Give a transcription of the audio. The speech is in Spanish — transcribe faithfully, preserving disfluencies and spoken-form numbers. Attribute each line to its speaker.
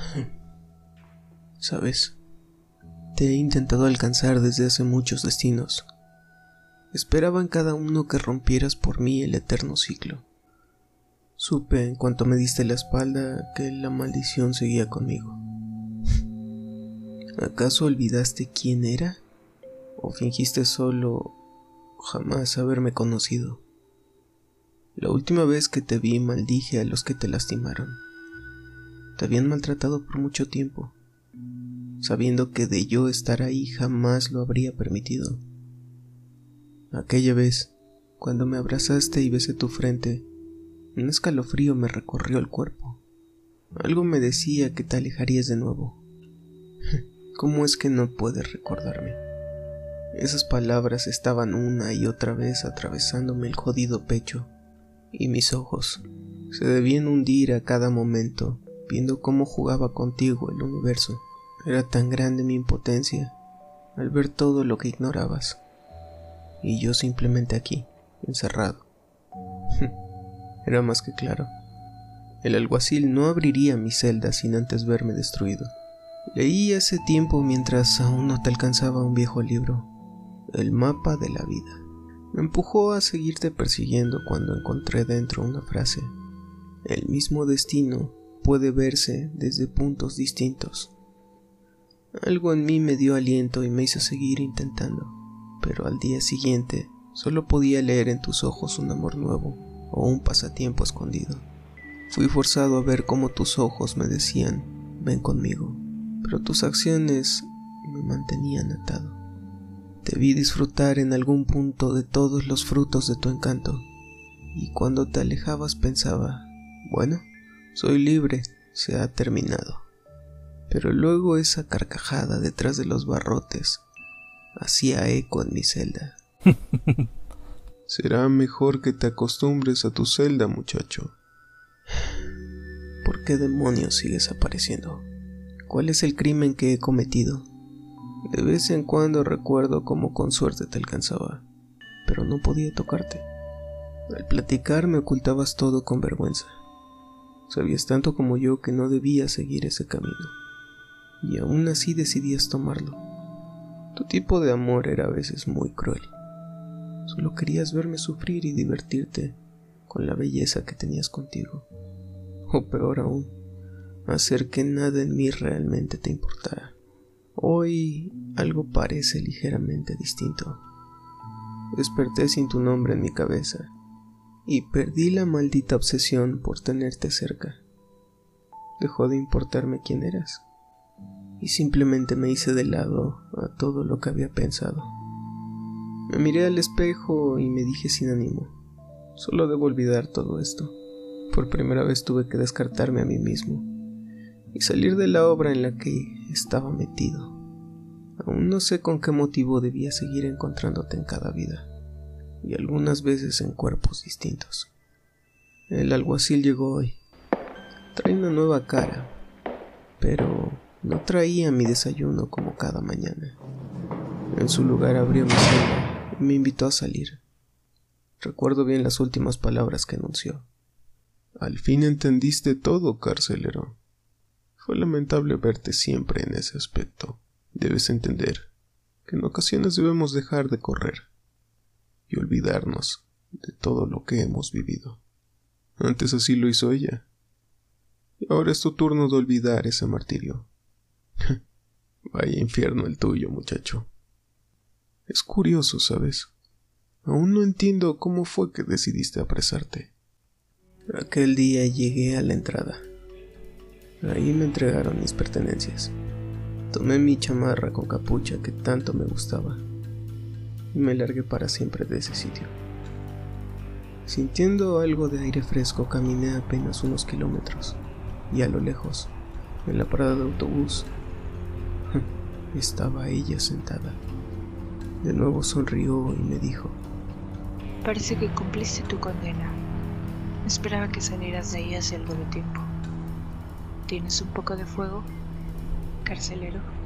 Speaker 1: Sabes, te he intentado alcanzar desde hace muchos destinos. Esperaba en cada uno que rompieras por mí el eterno ciclo. Supe en cuanto me diste la espalda que la maldición seguía conmigo. ¿Acaso olvidaste quién era? ¿O fingiste solo jamás haberme conocido? La última vez que te vi maldije a los que te lastimaron. Te habían maltratado por mucho tiempo, sabiendo que de yo estar ahí jamás lo habría permitido. Aquella vez, cuando me abrazaste y besé tu frente, un escalofrío me recorrió el cuerpo. Algo me decía que te alejarías de nuevo. ¿Cómo es que no puedes recordarme? Esas palabras estaban una y otra vez atravesándome el jodido pecho, y mis ojos se debían hundir a cada momento, viendo cómo jugaba contigo el universo. Era tan grande mi impotencia al ver todo lo que ignorabas, y yo simplemente aquí, encerrado. Era más que claro. El alguacil no abriría mi celda sin antes verme destruido. Leí hace tiempo mientras aún no te alcanzaba un viejo libro, el mapa de la vida. Me empujó a seguirte persiguiendo cuando encontré dentro una frase: el mismo destino puede verse desde puntos distintos. Algo en mí me dio aliento y me hizo seguir intentando, pero al día siguiente solo podía leer en tus ojos un amor nuevo o un pasatiempo escondido. Fui forzado a ver cómo tus ojos me decían: ven conmigo, pero tus acciones me mantenían atado. Te vi disfrutar en algún punto de todos los frutos de tu encanto, y cuando te alejabas pensaba: bueno, soy libre, se ha terminado. Pero luego esa carcajada detrás de los barrotes hacía eco en mi celda.
Speaker 2: Será mejor que te acostumbres a tu celda, muchacho.
Speaker 1: ¿Por qué demonios sigues apareciendo? ¿Cuál es el crimen que he cometido? De vez en cuando recuerdo cómo con suerte te alcanzaba, pero no podía tocarte. Al platicar me ocultabas todo con vergüenza. Sabías tanto como yo que no debía seguir ese camino, y aún así decidías tomarlo. Tu tipo de amor era a veces muy cruel. Solo querías verme sufrir y divertirte con la belleza que tenías contigo. O peor aún, hacer que nada en mí realmente te importara. Hoy algo parece ligeramente distinto. Desperté sin tu nombre en mi cabeza y perdí la maldita obsesión por tenerte cerca. Dejó de importarme quién eras y simplemente me hice de lado a todo lo que había pensado. Me miré al espejo y me dije sin ánimo: solo debo olvidar todo esto. Por primera vez tuve que descartarme a mí mismo y salir de la obra en la que estaba metido. Aún no sé con qué motivo debía seguir encontrándote en cada vida, y algunas veces en cuerpos distintos. El alguacil llegó hoy. Trae una nueva cara, pero no traía mi desayuno como cada mañana. En su lugar abrió mi celda y me invitó a salir. Recuerdo bien las últimas palabras que anunció:
Speaker 2: al fin entendiste todo, carcelero. Fue lamentable verte siempre en ese aspecto. Debes entender que en ocasiones debemos dejar de correr y olvidarnos de todo lo que hemos vivido. Antes así lo hizo ella, y ahora es tu turno de olvidar ese martirio. Vaya infierno el tuyo, muchacho. Es curioso, ¿sabes? Aún no entiendo cómo fue que decidiste apresarte.
Speaker 1: Aquel día llegué a la entrada. Ahí me entregaron mis pertenencias. Tomé mi chamarra con capucha que tanto me gustaba y me largué para siempre de ese sitio. Sintiendo algo de aire fresco, caminé apenas unos kilómetros y a lo lejos, en la parada de autobús, estaba ella sentada. De nuevo sonrió y me dijo:
Speaker 3: parece que cumpliste tu condena. Esperaba que salieras de ahí hace algo de tiempo. ¿Tienes un poco de fuego, carcelero?